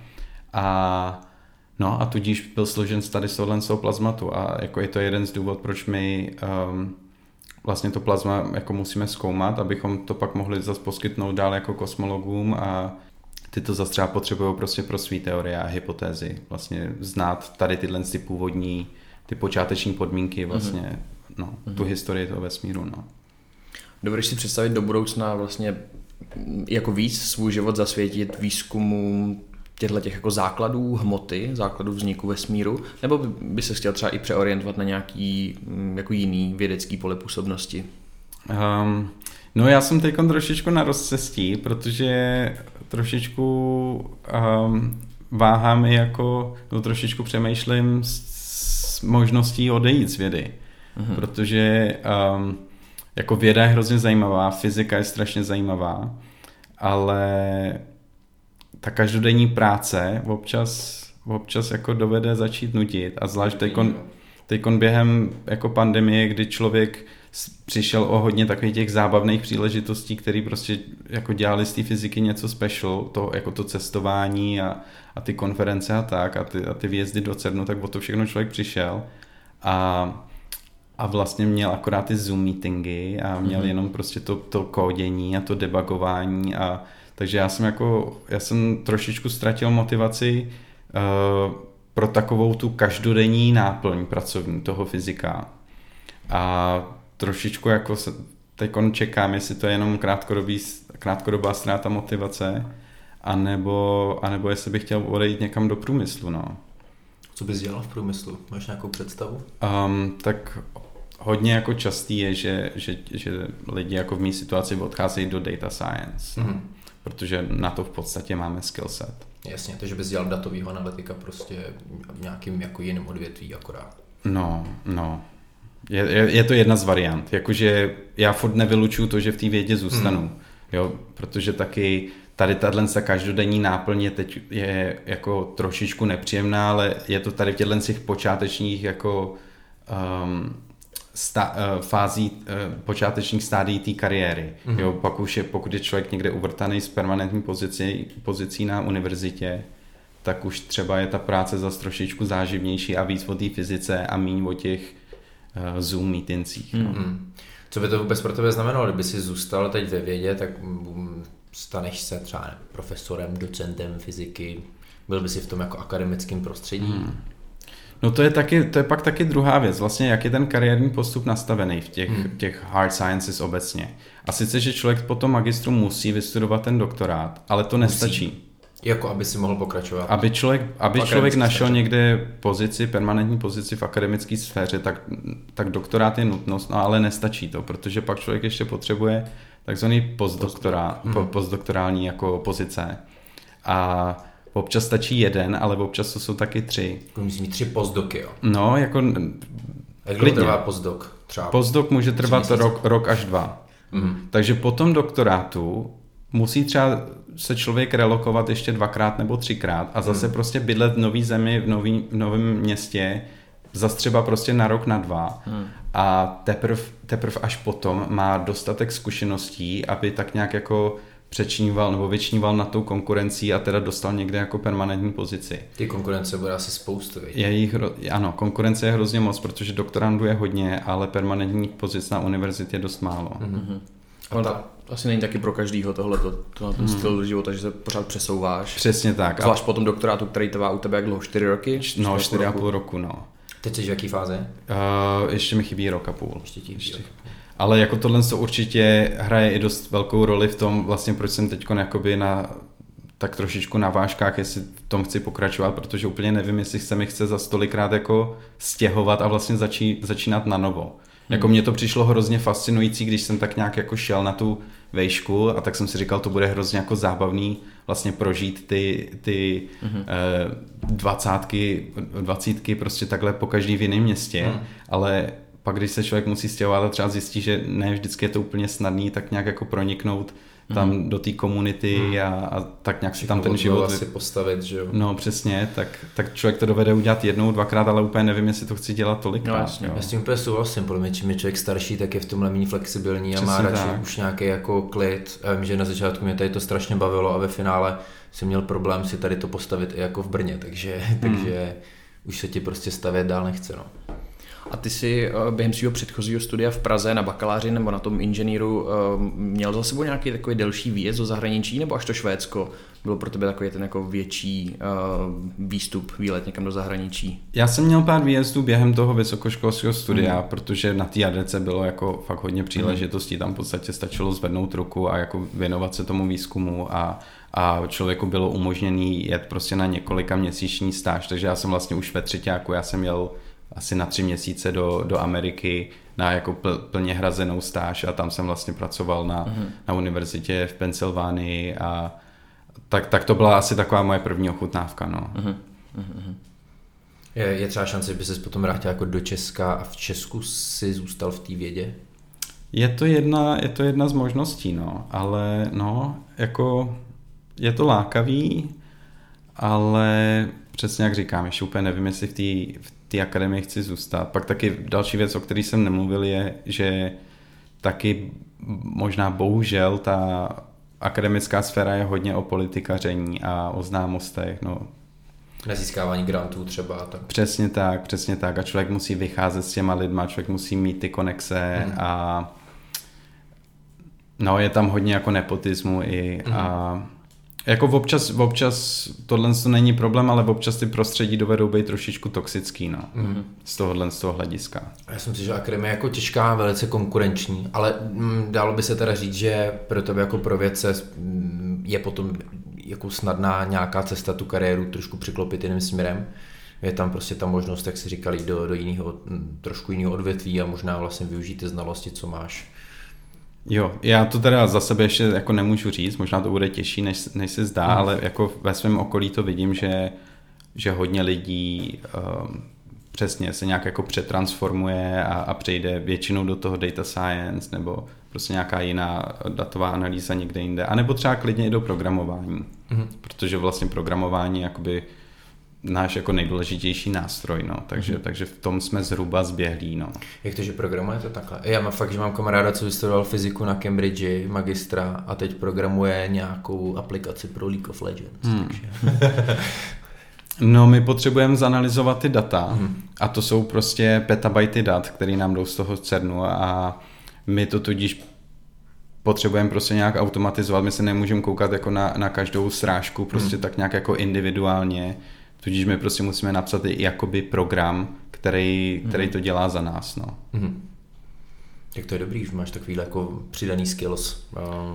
A tudíž byl složen tady z tohoto plazmatu a jako je to jeden z důvodů, proč my vlastně to plazma jako musíme zkoumat, abychom to pak mohli zase poskytnout dál jako kosmologům a ty to zase třeba potřebují prostě pro svý teorie a hypotézy. Vlastně znát tady tyhle ty původní, ty počáteční podmínky vlastně, tu historii toho vesmíru, no. Dovedeš si představit do budoucna vlastně jako víc svůj život zasvětit výzkumu těch jako základů hmoty, základů vzniku vesmíru, nebo by se chtěl třeba i přeorientovat na nějaký jako jiný vědecký pole působnosti? No já jsem teď trošičku na rozcestí, protože trošičku váhám i jako, trošičku přemýšlím s možností odejít z vědy, protože jako věda je hrozně zajímavá, fyzika je strašně zajímavá, ale ta každodenní práce občas jako dovede začít nudit a zvlášť teďkon během jako pandemie, kdy člověk přišel o hodně takových těch zábavných příležitostí, které prostě jako dělali z té fyziky něco special, to, jako to cestování a ty konference a tak a ty výjezdy do CERNu, tak o to všechno člověk přišel a vlastně měl akorát ty Zoom meetingy a měl jenom prostě to kódění a to debugování takže já jsem trošičku ztratil motivaci pro takovou tu každodenní náplň pracovní toho fyzika. A trošičku jako teďkon čekám, jestli to je jenom krátkodobá ztráta motivace, anebo jestli bych chtěl odejít někam do průmyslu, no. Co bys dělal v průmyslu? Máš nějakou představu? Tak hodně jako častý je, že lidi jako v mý situaci odcházejí do data science. Protože na to v podstatě máme skillset. Jasně, takže bys dělal datovýho analytika prostě v nějakým jako jiném odvětví akorát. No. Je to jedna z variant. Jakože já furt nevylučuju to, že v té vědě zůstanu. Jo, protože taky tady tato každodenní náplň teď je jako trošičku nepříjemná, ale je to tady v těch počátečních jako fází počátečních stádií té kariéry. Jo, pak už pokud je člověk někde uvrtaný z permanentní pozicí na univerzitě, tak už třeba je ta práce zase trošičku záživnější a víc o té fyzice a míň o těch Zoom meetincích. Co by to vůbec pro tebe znamenalo, kdyby jsi zůstal teď ve vědě, tak staneš se třeba profesorem, docentem fyziky, byl by si v tom jako akademickém prostředí? No to je pak taky druhá věc, vlastně jak je ten kariérní postup nastavený v těch hard sciences obecně. A sice, že člověk po tom magistru musí vystudovat ten doktorát, ale to nestačí. Jako aby si mohl pokračovat. Aby člověk našel někde permanentní pozici v akademické sféře, tak doktorát je nutnost, no ale nestačí to, protože pak člověk ještě potřebuje takzvaný postdoktorální jako pozice. A občas stačí jeden, ale občas to jsou taky 3. Myslím 3 postdoky, jo? No, jako jak dlouho trvá postdoc? Postdoc může trvat rok až 2. Takže po tom doktorátu musí třeba se člověk relokovat ještě 2krát nebo 3krát a zase prostě bydlet v nový zemi, v novém městě, zase třeba prostě na rok, na 2. A teprv až potom má dostatek zkušeností, aby tak nějak jako přečníval nebo vyčníval nad tou konkurencí a teda dostal někde jako permanentní pozici. Ty konkurence bude asi spoustu, Ano, konkurence je hrozně moc, protože doktorandů je hodně, ale permanentní pozic na univerzitě je dost málo. Asi není taky pro každýho tohleto, to na ten styl života, že se pořád přesouváš. Přesně tak. Zvlášť po tom doktorátu, který trvá u tebe jak dlouho? 4 roky? 4,5 roku, no. Teď jsi v jaký fázi? Ještě mi chybí rok a půl. Ale jako tohle určitě hraje i dost velkou roli v tom, vlastně proč jsem teď jakoby tak trošičku na vážkách, jestli v tom chci pokračovat, protože úplně nevím, jestli se mi chce za stolikrát jako stěhovat a vlastně začínat na novo. Jako mně to přišlo hrozně fascinující, když jsem tak nějak jako šel na tu vejšku a tak jsem si říkal, to bude hrozně jako zábavný vlastně prožít ty 20 prostě takhle po každý v jiném městě, ale pak když se člověk musí stěhovat a třeba zjistí, že ne vždycky je to úplně snadný, tak nějak jako proniknout tam do té komunity a tak nějak si tam ten život si postavit, že jo? No přesně, tak člověk to dovede udělat jednou, dvakrát, ale úplně nevím, jestli to chci dělat tolikrát. No, já s tím úplně souhlasím, podle mě, čím je člověk starší, tak je v tomhle méně flexibilní a Přesně má radši tak. už nějaký jako klid. Já vím, že na začátku mě tady to strašně bavilo a ve finále jsem měl problém si tady to postavit i jako v Brně, takže už se ti prostě stavět dál nechce, no. A ty jsi během svého předchozího studia v Praze na bakaláři nebo na tom inženýru měl za sebou nějaký takový delší výjezd do zahraničí, nebo až to Švédsko bylo pro tebe takový ten jako větší výlet někam do zahraničí? Já jsem měl pár výjezdů během toho vysokoškolského studia, protože na té Jadrce bylo jako fakt hodně příležitostí, tam v podstatě stačilo zvednout ruku a jako věnovat se tomu výzkumu a člověku bylo umožněný jet prostě na několika měsíční stáž, takže já jsem vlastně už ve třetíku, já jsem jel asi na 3 měsíce do Ameriky na jako plně hrazenou stáž a tam jsem vlastně pracoval na univerzitě v Pensylvánii a tak to byla asi taková moje první ochutnávka, no. Je třeba šance, že by ses potom vrátil jako do Česka a v Česku si zůstal v té vědě? Je to jedna z možností, no, ale no, jako je to lákavý, ale přesně jak říkám, ještě úplně nevím, jestli v té akademii chci zůstat. Pak taky další věc, o které jsem nemluvil, je, že taky možná bohužel ta akademická sféra je hodně o politikaření a o známostech, no. Na získávání grantů třeba. Tak. Přesně tak. A člověk musí vycházet s těma lidma, člověk musí mít ty konexe a no, je tam hodně jako nepotismu i a jako občas tohle to není problém, ale občas ty prostředí dovedou být trošičku toxický, no. Z toho hlediska. Já si myslím, že akademie je jako těžká, velice konkurenční, ale dalo by se teda říct, že pro tebe jako pro vědce je potom jako snadná nějaká cesta tu kariéru trošku přiklopit jiným směrem. Je tam prostě ta možnost, jak si říkali, do jiného, trošku jiného odvětví a možná vlastně využít ty znalosti, co máš. Jo, já to teda za sebe ještě jako nemůžu říct, možná to bude těžší, než se zdá, ale jako ve svém okolí to vidím, že hodně lidí přesně se nějak jako přetransformuje a přejde většinou do toho data science nebo prostě nějaká jiná datová analýza někde jinde, anebo třeba klidně i do programování, protože vlastně programování je jakoby náš jako nejdůležitější nástroj, no, takže v tom jsme zhruba zběhlí, no. Jak to, že programujete takhle? Já mám fakt, že mám kamaráda, co vystudoval fyziku na Cambridge, magistra a teď programuje nějakou aplikaci pro League of Legends, takže... No, my potřebujeme zanalyzovat ty data a to jsou prostě petabajty dat, které nám jdou z toho CERNu a my to tudíž potřebujeme prostě nějak automatizovat, my se nemůžeme koukat jako na každou srážku, prostě tak nějak jako individuálně, tudíž my prostě musíme napsat i jakoby program, který to dělá za nás, no. Tak to je dobrý, že máš takový jako přidaný skills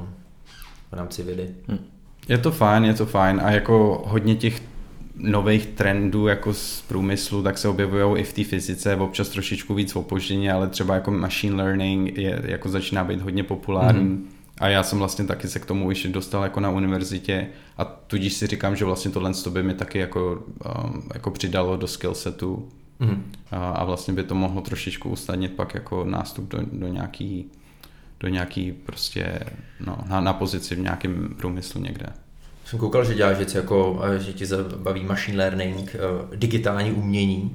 v rámci vědy. Je to fajn a jako hodně těch nových trendů jako z průmyslu, tak se objevují i v té fyzice, občas trošičku víc opožděně, ale třeba jako machine learning jako začíná být hodně populární. A já jsem vlastně taky se k tomu ještě dostal jako na univerzitě a tudíž si říkám, že vlastně tohle by mi taky jako přidalo do skillsetu a vlastně by to mohlo trošičku usnadnit pak jako nástup do nějaký prostě na pozici v nějakém průmyslu někde. Jsem koukal, že děláš věci jako, že ti zabaví machine learning, digitální umění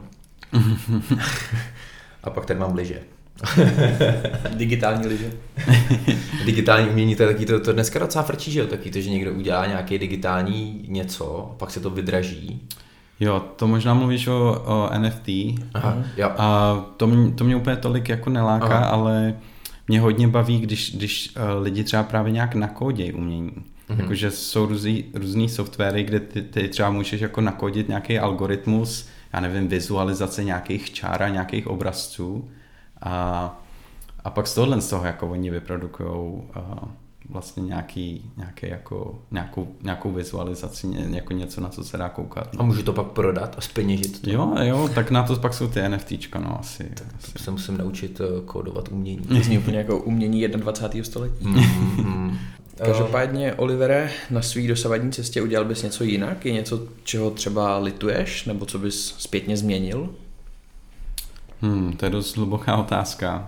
a pak tady mám lyže. Digitální lyže. Digitální umění, to je taky to dneska docela frčí, že jo? Taky to, že někdo udělá nějaký digitální něco a pak se to vydraží. Jo, to možná mluvíš o NFT. Aha, jo. A to mě úplně tolik jako neláká, ale mě hodně baví, když lidi třeba právě nějak nakódějí umění. Jakože jsou různý softwary, kde ty třeba můžeš jako nakodit nějaký algoritmus, já nevím, vizualizace nějakých čár a nějakých obrazců a pak z toho jako oni vyprodukujou vlastně nějakou vizualizaci, jako něco, na co se dá koukat. A můžu to pak prodat a zpeněžit to? Jo, tak na to pak jsou ty NFTčka, no asi. Se musím naučit kódovat umění. Zní úplně jako umění 21. století. Každopádně, Olivere, na svý dosavadní cestě udělal bys něco jinak? Je něco, čeho třeba lituješ, nebo co bys zpětně změnil? To je dost hluboká otázka.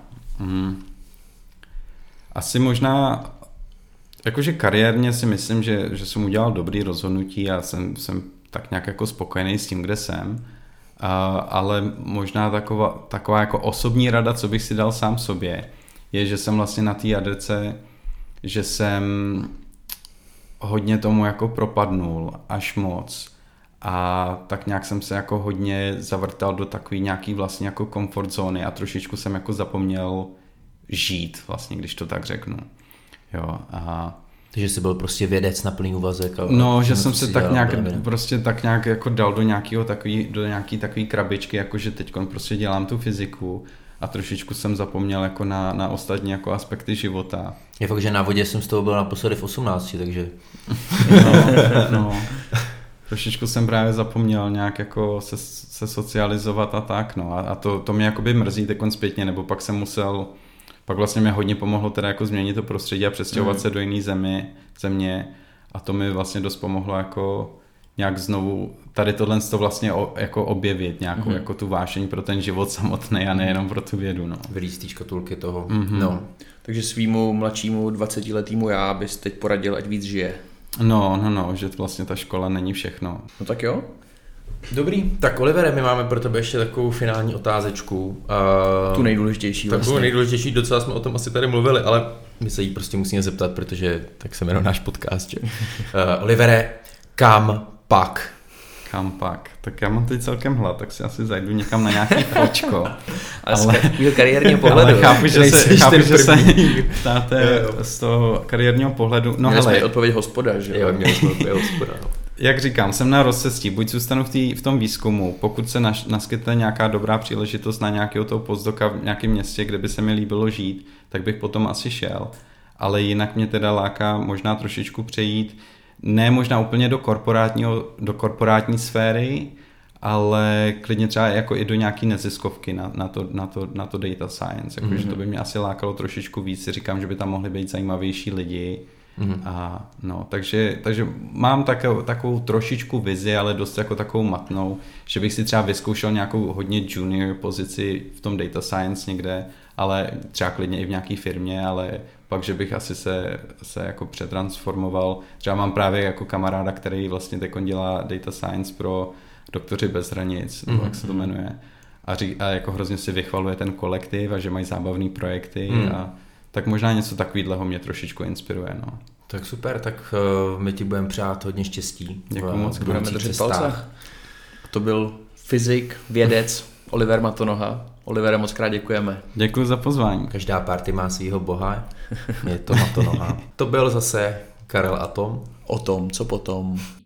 Asi možná, jakože kariérně si myslím, že jsem udělal dobrý rozhodnutí a jsem tak nějak jako spokojený s tím, kde jsem. Ale možná taková jako osobní rada, co bych si dal sám sobě, je, že jsem vlastně na té jadrce, že jsem hodně tomu jako propadnul až moc a tak nějak jsem se jako hodně zavrtal do takový nějaký vlastně jako comfort zóny a trošičku jsem jako zapomněl žít vlastně, když to tak řeknu. Jo, Takže jsi byl prostě vědec na plný úvazek. No, že jsem se tak nějak prostě tak nějak jako dal do nějaký takový krabičky, jako že teďkon prostě dělám tu fyziku a trošičku jsem zapomněl jako na ostatní jako aspekty života. Je fakt, že na vodě jsem z toho byl naposledy v 18, takže... No. Trošičku jsem právě zapomněl nějak jako se socializovat a tak, no. A to mě jakoby mrzí tekon zpětně, nebo pak vlastně mě hodně pomohlo teda jako změnit to prostředí a přestěhovat se do jiné země a to mi vlastně dost pomohlo jako nějak znovu tady tohle vlastně jako objevit nějakou jako tu vášeň pro ten život samotný a nejenom pro tu vědu, no. Vylíz té škatulky toho. No. Takže svýmu mladšímu 20letýmu já bys teď poradil, ať víc žije. No, že vlastně ta škola není všechno. No tak jo. Dobrý, tak Olivere, my máme pro tebe ještě takovou finální otázečku. Tu nejdůležitější vlastně. Takovou nejdůležitější, docela jsme o tom asi tady mluvili, ale my se jí prostě musíme zeptat, protože tak se jmenuje náš podcast. Olivere, kam pak? Kam pak? Tak já mám teď celkem hlad, tak si asi zajdu někam na nějaký fočko. ale z kariérního pohledu. Ale chápu, že se ptáte z toho kariérního pohledu. No měli jsme odpověď hospoda, že jo? Měli jsme odpověď hospoda, no. Jak říkám, jsem na rozcestí, buď zůstanu v tom výzkumu, pokud se naskytne nějaká dobrá příležitost na nějakého toho postdoka v nějakém městě, kde by se mi líbilo žít, tak bych potom asi šel. Ale jinak mě teda láká možná trošičku přejít, ne možná úplně do korporátní sféry, ale klidně třeba jako i do nějaký neziskovky na to data science, jakože to by mě asi lákalo trošičku víc, říkám, že by tam mohli být zajímavější lidi. A no, takže mám takovou trošičku vizi, ale dost jako takovou matnou, že bych si třeba vyzkoušel nějakou hodně junior pozici v tom data science někde, ale třeba klidně i v nějaké firmě, ale pak, že bych asi se jako přetransformoval. Třeba mám právě jako kamaráda, který vlastně teď dělá data science pro Doktoři bez hranic, jak se to jmenuje. A jako hrozně si vychvaluje ten kolektiv a že mají zábavné projekty a tak možná něco takového mě trošičku inspiruje. No. Tak super, tak my ti budeme přát hodně štěstí. Děkuji moc. Budeme držet palce. To byl fyzik, vědec Oliver Matonoha. Olivere, moc krát děkujeme. Děkuji za pozvání. Každá party má svýho boha, je to Matonoha. To byl zase Karel a Tom. O tom, co potom.